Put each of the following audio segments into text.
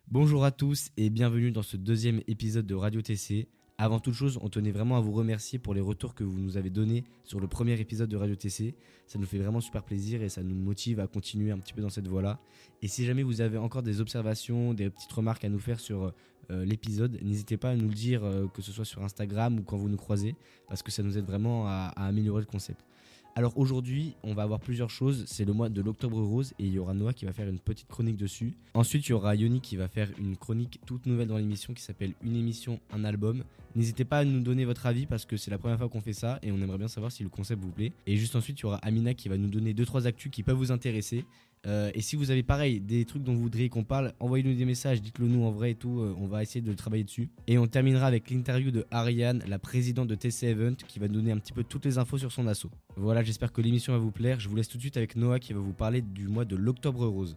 Bonjour à tous et bienvenue dans ce deuxième épisode de Radio TC. Avant toute chose, on tenait vraiment à vous remercier pour les retours que vous nous avez donnés sur le premier épisode de Radio TC. Ça nous fait vraiment super plaisir et ça nous motive à continuer un petit peu dans cette voie-là. Et si jamais vous avez encore des observations, des petites remarques à nous faire sur l'épisode, n'hésitez pas à nous le dire, que ce soit sur Instagram ou quand vous nous croisez, parce que ça nous aide vraiment à améliorer le concept. Alors aujourd'hui, on va avoir plusieurs choses. C'est le mois de l'Octobre Rose et il y aura Noah qui va faire une petite chronique dessus. Ensuite, il y aura Yoni qui va faire une chronique toute nouvelle dans l'émission qui s'appelle Une émission, un album. N'hésitez pas à nous donner votre avis parce que c'est la première fois qu'on fait ça et on aimerait bien savoir si le concept vous plaît. Et juste ensuite, il y aura Amina qui va nous donner 2-3 actus qui peuvent vous intéresser. Et si vous avez pareil des trucs dont vous voudriez qu'on parle, envoyez-nous des messages, dites-le nous en vrai et tout, on va essayer de travailler dessus. Et on terminera avec l'interview de Ariane, la présidente de TC Event, qui va nous donner un petit peu toutes les infos sur son asso. Voilà, j'espère que l'émission va vous plaire. Je vous laisse tout de suite avec Noah qui va vous parler du mois de l'Octobre Rose.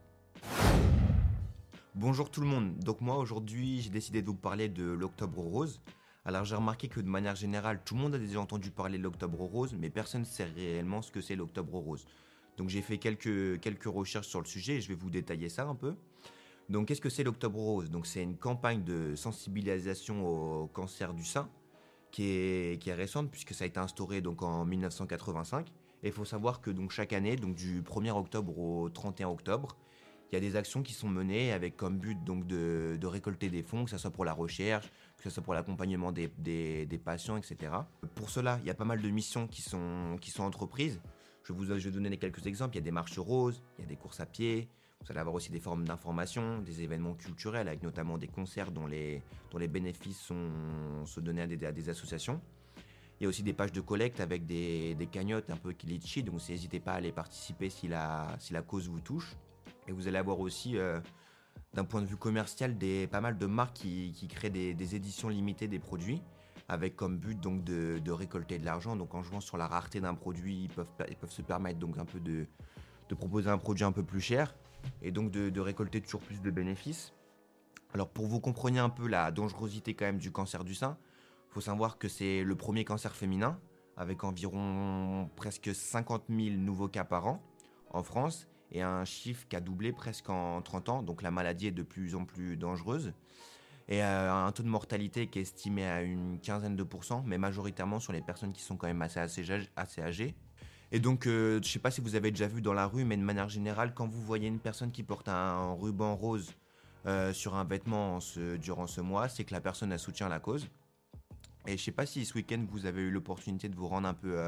Bonjour tout le monde, donc moi aujourd'hui j'ai décidé de vous parler de l'Octobre Rose. Alors j'ai remarqué que de manière générale tout le monde a déjà entendu parler de l'Octobre Rose, mais personne ne sait réellement ce que c'est l'Octobre Rose. Donc j'ai fait quelques recherches sur le sujet et je vais vous détailler ça un peu. Donc qu'est-ce que c'est l'Octobre Rose? Donc c'est une campagne de sensibilisation au cancer du sein qui est récente puisque ça a été instauré donc en 1985. Et il faut savoir que donc chaque année, donc du 1er octobre au 31 octobre, il y a des actions qui sont menées avec comme but donc de récolter des fonds, que ce soit pour la recherche, que ce soit pour l'accompagnement des patients, etc. Pour cela, il y a pas mal de missions qui sont entreprises. Je vais donner quelques exemples. Il y a des marches roses, il y a des courses à pied. Vous allez avoir aussi des formes d'information, des événements culturels avec notamment des concerts dont les bénéfices se donnés à des associations. Il y a aussi des pages de collecte avec des cagnottes un peu litchi, donc n'hésitez pas à aller participer si la cause vous touche. Et vous allez avoir aussi, d'un point de vue commercial, pas mal de marques qui créent des éditions limitées des produits, avec comme but donc de récolter de l'argent. Donc en jouant sur la rareté d'un produit, ils peuvent se permettre donc un peu de proposer un produit un peu plus cher, et donc de récolter toujours plus de bénéfices. Alors pour vous compreniez un peu la dangerosité quand même du cancer du sein, il faut savoir que c'est le premier cancer féminin, avec environ presque 50 000 nouveaux cas par an en France, et un chiffre qui a doublé presque en 30 ans, donc la maladie est de plus en plus dangereuse. Et un taux de mortalité qui est estimé à une quinzaine de pourcents, mais majoritairement sur les personnes qui sont quand même assez âgées. Et donc, je ne sais pas si vous avez déjà vu dans la rue, mais de manière générale, quand vous voyez une personne qui porte un ruban rose sur un vêtement durant ce mois, c'est que la personne elle soutient la cause. Et je ne sais pas si ce week-end vous avez eu l'opportunité de vous rendre un peu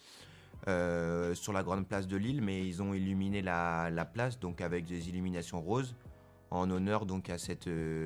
sur la grande place de Lille, mais ils ont illuminé la place donc avec des illuminations roses en honneur donc à cette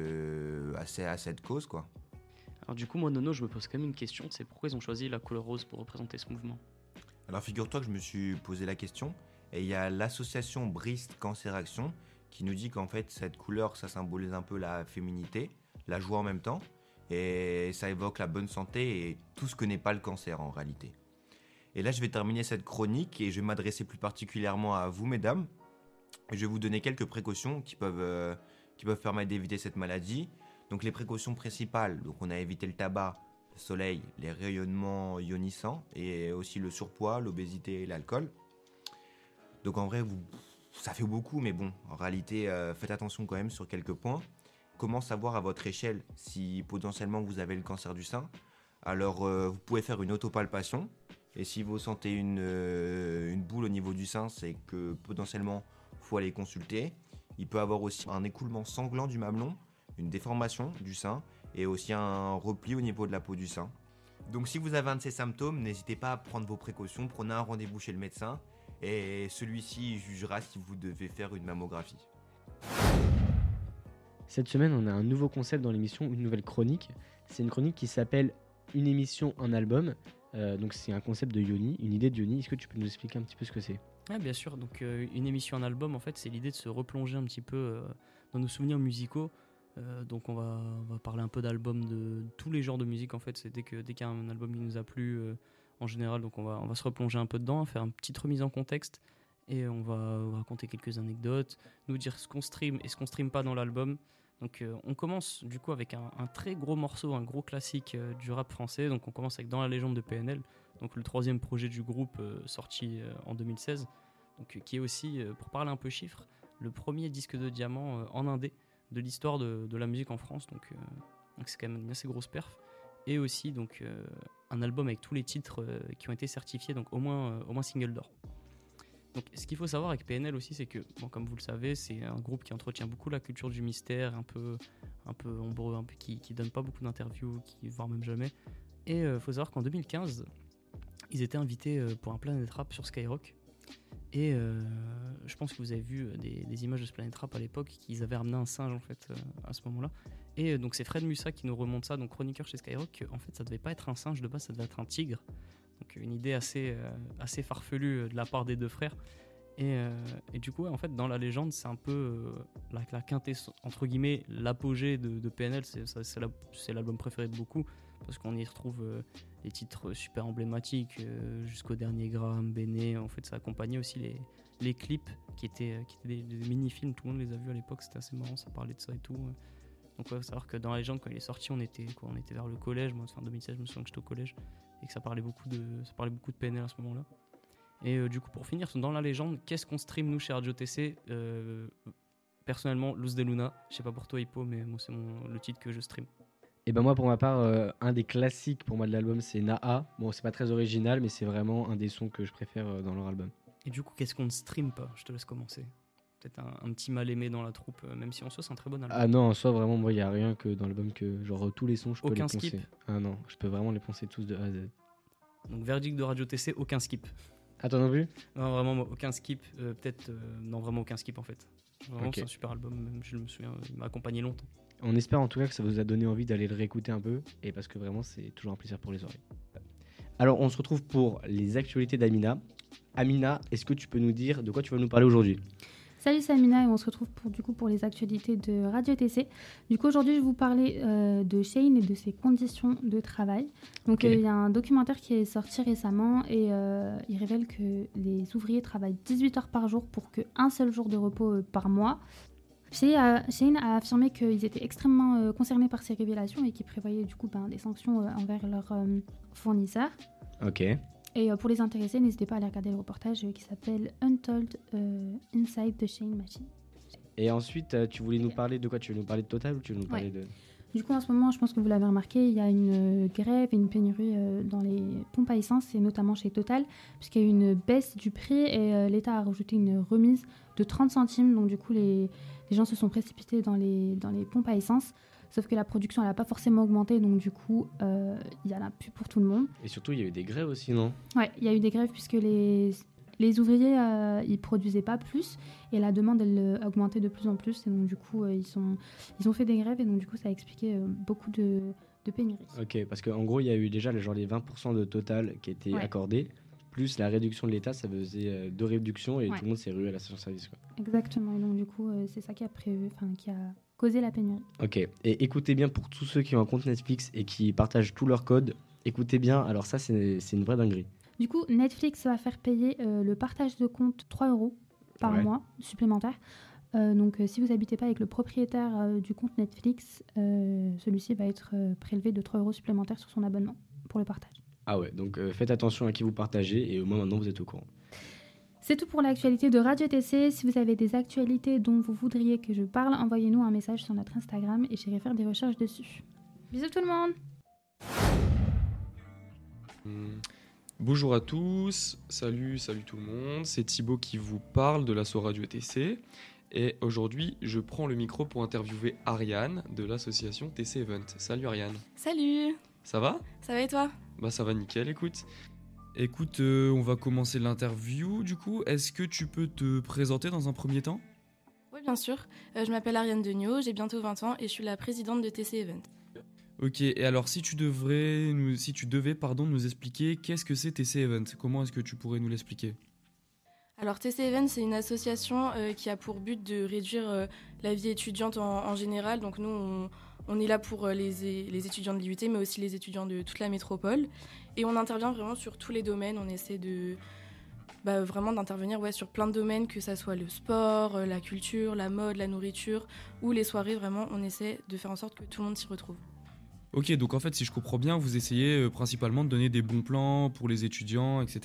cause quoi. Alors du coup, moi Nono, je me pose quand même une question, c'est pourquoi ils ont choisi la couleur rose pour représenter ce mouvement? Alors figure-toi que je me suis posé la question et il y a l'association Brist Cancer Action qui nous dit qu'en fait cette couleur ça symbolise un peu la féminité, la joie en même temps et ça évoque la bonne santé et tout ce que n'est pas le cancer en réalité. Et là je vais terminer cette chronique et je vais m'adresser plus particulièrement à vous mesdames. Je vais vous donner quelques précautions qui peuvent permettre d'éviter cette maladie. Donc les précautions principales, donc on a évité le tabac, le soleil, les rayonnements ionisants et aussi le surpoids, l'obésité et l'alcool. Donc en vrai, ça fait beaucoup, mais bon, en réalité, faites attention quand même sur quelques points. Comment savoir à votre échelle si potentiellement vous avez le cancer du sein? Alors vous pouvez faire une autopalpation. Et si vous sentez une boule au niveau du sein, c'est que potentiellement il faut aller consulter. Il peut avoir aussi un écoulement sanglant du mamelon, une déformation du sein et aussi un repli au niveau de la peau du sein. Donc si vous avez un de ces symptômes, n'hésitez pas à prendre vos précautions, prenez un rendez-vous chez le médecin et celui-ci jugera si vous devez faire une mammographie. Cette semaine, on a un nouveau concept dans l'émission, une nouvelle chronique. C'est une chronique qui s'appelle Une émission, un album. Donc c'est un concept de Yoni, une idée de Yoni. Est-ce que tu peux nous expliquer un petit peu ce que c'est? Ah, bien sûr, donc une émission, un album, en fait, c'est l'idée de se replonger un petit peu dans nos souvenirs musicaux. Donc on va parler un peu d'albums de tous les genres de musique, en fait. C'est dès qu'il y a un album qui nous a plu, en général, donc on va se replonger un peu dedans, faire une petite remise en contexte. Et on va raconter quelques anecdotes, nous dire ce qu'on stream et ce qu'on stream pas dans l'album. Donc on commence du coup avec un très gros morceau, un gros classique du rap français. Donc on commence avec Dans la légende de PNL, donc le troisième projet du groupe sorti en 2016, donc qui est aussi, pour parler un peu chiffres, le premier disque de diamant en indé. de l'histoire de la musique en France, donc c'est quand même une assez grosse perf. Et aussi donc un album avec tous les titres qui ont été certifiés, donc au moins single d'or. Donc ce qu'il faut savoir avec PNL aussi, c'est que, bon, comme vous le savez, c'est un groupe qui entretient beaucoup la culture du mystère, un peu ombreux, qui donne pas beaucoup d'interviews, voire même jamais. Et il faut savoir qu'en 2015, ils étaient invités pour un Planet Rap sur Skyrock. Et je pense que vous avez vu des images de ce Planet Rap à l'époque, qu'ils avaient ramené un singe en fait à ce moment-là. Et donc c'est Fred Musa qui nous remonte ça, donc chroniqueur chez Skyrock, en fait ça devait pas être un singe de base, ça devait être un tigre. Donc une idée assez farfelue de la part des deux frères. Et du coup, en fait, dans la légende, c'est un peu la quintessence, entre guillemets, l'apogée de PNL. C'est l'album préféré de beaucoup, parce qu'on y retrouve des titres super emblématiques, jusqu'au dernier gramme, Béné. En fait, ça accompagnait aussi les clips qui étaient des mini-films. Tout le monde les a vus à l'époque, c'était assez marrant, ça parlait de ça et tout. Donc, il faut savoir que dans la légende, quand il est sorti, on était vers le collège. Moi, fin 2016, je me souviens que j'étais au collège, et que ça parlait beaucoup de PNL à ce moment-là. Et du coup, pour finir, dans la légende, qu'est-ce qu'on stream nous chez Radio TC? Personnellement, Luz de Luna. Je sais pas pour toi, Hippo, mais moi, c'est le titre que je stream. Et ben moi, pour ma part, un des classiques pour moi de l'album, c'est Naa. Bon, c'est pas très original, mais c'est vraiment un des sons que je préfère dans leur album. Et du coup, qu'est-ce qu'on ne stream pas? Je te laisse commencer. Peut-être un petit mal aimé dans la troupe, même si en soi, c'est un très bon album. Ah non, en soi, vraiment, moi, il y a rien que dans l'album que, genre, tous les sons, je peux les poncer. Aucun skip? Ah non, je peux vraiment les poncer tous de A à Z. Donc, verdict de Radio TC, aucun skip. Ah, toi non plus? Non, vraiment, moi, aucun skip. Non, vraiment aucun skip en fait. Vraiment, Ok. c'est un super album, même je me souviens, il m'a accompagné longtemps. On espère en tout cas que ça vous a donné envie d'aller le réécouter un peu, et parce que vraiment, c'est toujours un plaisir pour les oreilles. Alors, on se retrouve pour les actualités d'Amina. Amina, est-ce que tu peux nous dire de quoi tu vas nous parler aujourd'hui? Salut, c'est Amina et on se retrouve pour les actualités de Radio TC. Du coup, aujourd'hui, je vais vous parler de Shein et de ses conditions de travail. Donc, il y a un documentaire qui est sorti récemment et il révèle que les ouvriers travaillent 18 heures par jour pour qu'un seul jour de repos par mois. Shein a affirmé qu'ils étaient extrêmement concernés par ces révélations et qu'ils prévoyaient du coup des sanctions envers leurs fournisseurs. Ok. Et pour les intéressés, n'hésitez pas à aller regarder le reportage qui s'appelle Untold Inside the Shein Machine. Et ensuite, tu voulais nous parler de quoi? Tu veux nous parler de Total ou tu veux nous parler de... Du coup, en ce moment, je pense que vous l'avez remarqué, il y a une grève et une pénurie dans les pompes à essence, et notamment chez Total, puisqu'il y a eu une baisse du prix et l'État a rajouté une remise de 30 centimes. Donc du coup, les gens se sont précipités dans les pompes à essence. Sauf que la production, elle n'a pas forcément augmenté, donc du coup, il n'y en a plus pour tout le monde. Et surtout, il y a eu des grèves aussi, non? Ouais, il y a eu des grèves puisque les ouvriers, ils produisaient pas plus et la demande, elle augmentait de plus en plus. Et donc du coup, ils ont fait des grèves et donc du coup, ça a expliqué beaucoup de pénuries. Ok, parce qu'en gros, il y a eu déjà les 20% de Total qui étaient accordés, plus la réduction de l'État, ça faisait 2 réductions et tout le monde s'est rué à la station-service. Exactement, et donc du coup, c'est ça qui a causé la pénurie. Ok, et écoutez bien pour tous ceux qui ont un compte Netflix et qui partagent tous leurs codes, écoutez bien, alors ça c'est une vraie dinguerie. Du coup, Netflix va faire payer le partage de compte 3 € par mois supplémentaire. Donc si vous n'habitez pas avec le propriétaire du compte Netflix, celui-ci va être prélevé de 3 € supplémentaires sur son abonnement pour le partage. Ah ouais, donc faites attention à qui vous partagez et au moins maintenant vous êtes au courant. C'est tout pour l'actualité de Radio TC. Si vous avez des actualités dont vous voudriez que je parle, envoyez-nous un message sur notre Instagram et j'irai faire des recherches dessus. Bisous tout le monde. Bonjour à tous, salut tout le monde, c'est Thibaut qui vous parle de l'asso Radio TC. Et aujourd'hui, je prends le micro pour interviewer Ariane de l'association TC Event. Salut Ariane. Salut. Ça va? Ça va et toi? Bah ça va nickel, Écoute, on va commencer l'interview du coup. Est-ce que tu peux te présenter dans un premier temps? Oui, bien sûr. Je m'appelle Ariane Degnaud, j'ai bientôt 20 ans et je suis la présidente de TC Event. Ok, et alors si tu devais nous expliquer qu'est-ce que c'est TC Event, comment est-ce que tu pourrais nous l'expliquer? Alors TC Event, c'est une association qui a pour but de réduire la vie étudiante en général. Donc nous, on est là pour les étudiants de l'IUT, mais aussi les étudiants de toute la métropole. Et on intervient vraiment sur tous les domaines. On essaie vraiment d'intervenir sur plein de domaines, que ça soit le sport, la culture, la mode, la nourriture, ou les soirées. Vraiment, on essaie de faire en sorte que tout le monde s'y retrouve. Ok, donc en fait, si je comprends bien, vous essayez principalement de donner des bons plans pour les étudiants, etc.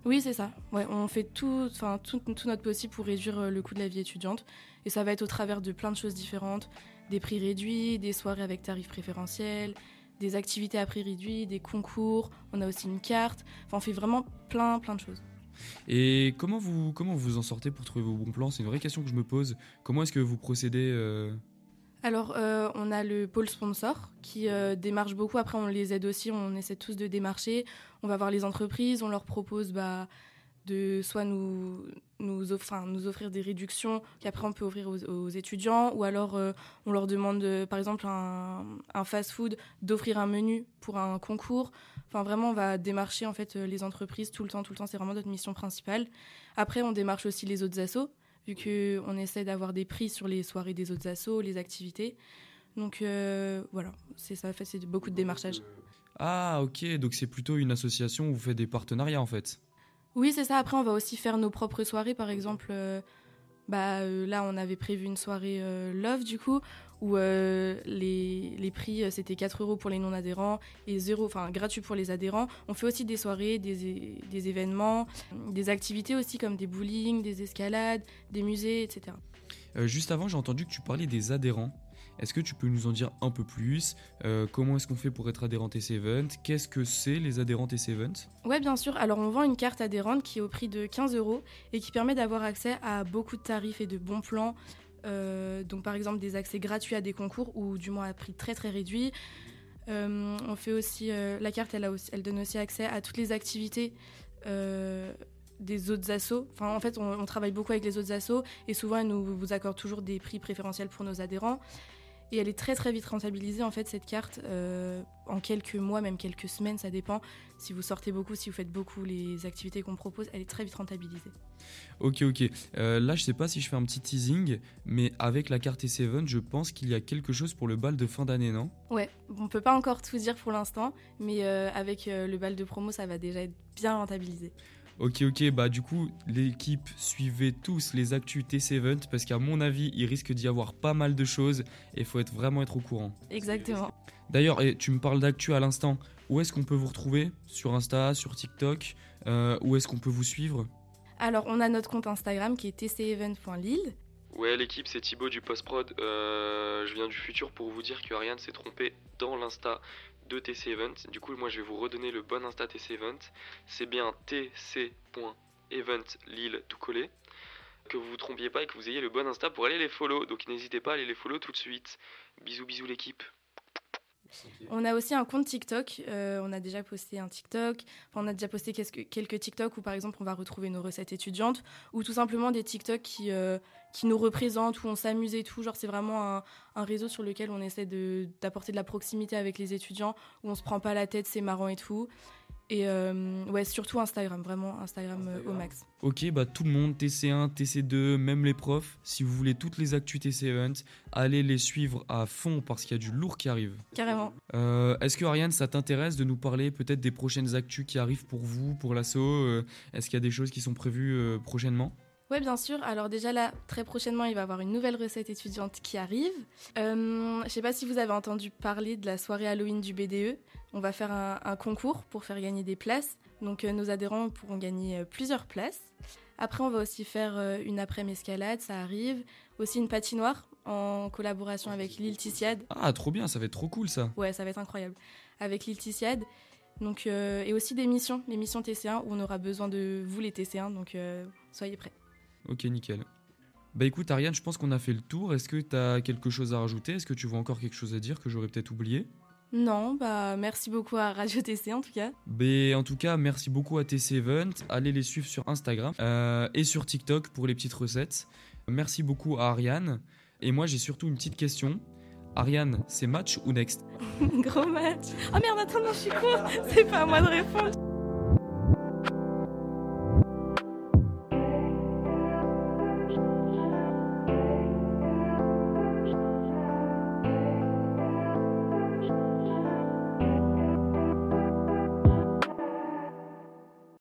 Oui, c'est ça. Ouais, on fait tout notre possible pour réduire le coût de la vie étudiante. Et ça va être au travers de plein de choses différentes. Des prix réduits, des soirées avec tarifs préférentiels, des activités à prix réduit, des concours. On a aussi une carte. Enfin, on fait vraiment plein de choses. Et comment vous en sortez pour trouver vos bons plans ? C'est une vraie question que je me pose. Comment est-ce que vous procédez Alors, on a le pôle sponsor qui démarche beaucoup. Après, on les aide aussi. On essaie tous de démarcher. On va voir les entreprises. On leur propose de soit nous offrir des réductions qu'après on peut offrir aux étudiants, ou alors on leur demande, par exemple, un fast-food d'offrir un menu pour un concours. Enfin, vraiment, on va démarcher en fait les entreprises tout le temps. C'est vraiment notre mission principale. Après, on démarche aussi les autres assos, vu qu'on essaie d'avoir des prix sur les soirées des autres assos, les activités. Donc voilà, c'est ça, en fait, c'est beaucoup de démarchage. Ah, ok, donc c'est plutôt une association où vous faites des partenariats en fait. Oui, c'est ça. Après, on va aussi faire nos propres soirées. Par exemple, là, on avait prévu une soirée Love, du coup, où les prix, c'était 4 € pour les non-adhérents et 0, gratuit pour les adhérents. On fait aussi des soirées, des événements, des activités aussi, comme des bowling, des escalades, des musées, etc. Juste avant, j'ai entendu que tu parlais des adhérents. Est-ce que tu peux nous en dire un peu plus ? Comment est-ce qu'on fait pour être adhérent TC Event ? Qu'est-ce que c'est les adhérents TC Event ? Ouais, bien sûr. Alors, on vend une carte adhérente qui est au prix de 15 € et qui permet d'avoir accès à beaucoup de tarifs et de bons plans. Donc, par exemple, des accès gratuits à des concours ou du moins à prix très très réduit. On fait aussi la carte, elle donne aussi accès à toutes les activités des autres assos. Enfin, en fait, on travaille beaucoup avec les autres assos et souvent, elles nous accordent toujours des prix préférentiels pour nos adhérents. Et elle est très très vite rentabilisée en fait, cette carte, en quelques mois, même quelques semaines, ça dépend. Si vous sortez beaucoup, si vous faites beaucoup les activités qu'on propose, elle est très vite rentabilisée. Ok. Là, je sais pas si je fais un petit teasing, mais avec la carte TC7, je pense qu'il y a quelque chose pour le bal de fin d'année, non ? Ouais, on peut pas encore tout dire pour l'instant, mais avec le bal de promo, ça va déjà être bien rentabilisé. Ok, bah du coup, l'équipe, suivez tous les actus TC Event parce qu'à mon avis, il risque d'y avoir pas mal de choses et il faut vraiment être au courant. Exactement. D'ailleurs, tu me parles d'actu à l'instant. Où est-ce qu'on peut vous retrouver ? Sur Insta, sur TikTok ? Où est-ce qu'on peut vous suivre ? Alors, on a notre compte Instagram qui est tcevent.lille. Ouais, l'équipe, c'est Thibaut du Post-Prod. Je viens du futur pour vous dire que Ariane s'est trompée dans l'Insta de TC Event. Du coup, moi, je vais vous redonner le bon Insta TC Event. C'est bien tc.event Lille tout collé. Que vous vous trompiez pas et que vous ayez le bon Insta pour aller les follow. Donc, n'hésitez pas à aller les follow tout de suite. Bisous l'équipe. On a aussi un compte TikTok, on a déjà posté un TikTok, on a déjà posté quelques TikTok où par exemple on va retrouver nos recettes étudiantes ou tout simplement des TikTok qui nous représentent, où on s'amuse et tout. Genre c'est vraiment un réseau sur lequel on essaie d'apporter de la proximité avec les étudiants, où on se prend pas la tête, c'est marrant et tout. Et ouais, surtout Instagram, vraiment Instagram au max. Ok, bah tout le monde, TC1, TC2, même les profs, si vous voulez toutes les actus TC Event, allez les suivre à fond parce qu'il y a du lourd qui arrive. Carrément. Est-ce que Ariane, ça t'intéresse de nous parler peut-être des prochaines actus qui arrivent pour vous, pour l'asso ? Est-ce qu'il y a des choses qui sont prévues prochainement ? Oui, bien sûr. Alors déjà là, très prochainement, il va y avoir une nouvelle recette étudiante qui arrive. Je ne sais pas si vous avez entendu parler de la soirée Halloween du BDE. On va faire un concours pour faire gagner des places. Donc nos adhérents pourront gagner plusieurs places. Après, on va aussi faire une après-midi escalade, ça arrive. Aussi une patinoire en collaboration avec Lille Tissiad. Ah, trop bien, ça va être trop cool ça. Ouais, ça va être incroyable. Avec Lille Tissiad. Donc, et aussi des missions, les missions TC1 où on aura besoin de vous les TC1. Donc soyez prêts. Ok, nickel. Bah écoute Ariane, je pense qu'on a fait le tour. Est-ce que tu as quelque chose à rajouter ? Est-ce que tu vois encore quelque chose à dire que j'aurais peut-être oublié ? Non, bah merci beaucoup à Radio TC en tout cas. En tout cas, merci beaucoup à TC Event. Allez les suivre sur Instagram et sur TikTok pour les petites recettes. Merci beaucoup à Ariane. Et moi, j'ai surtout une petite question. Ariane, c'est match ou next ? Gros match. Oh merde, attends, non, je suis con. C'est pas à moi de répondre.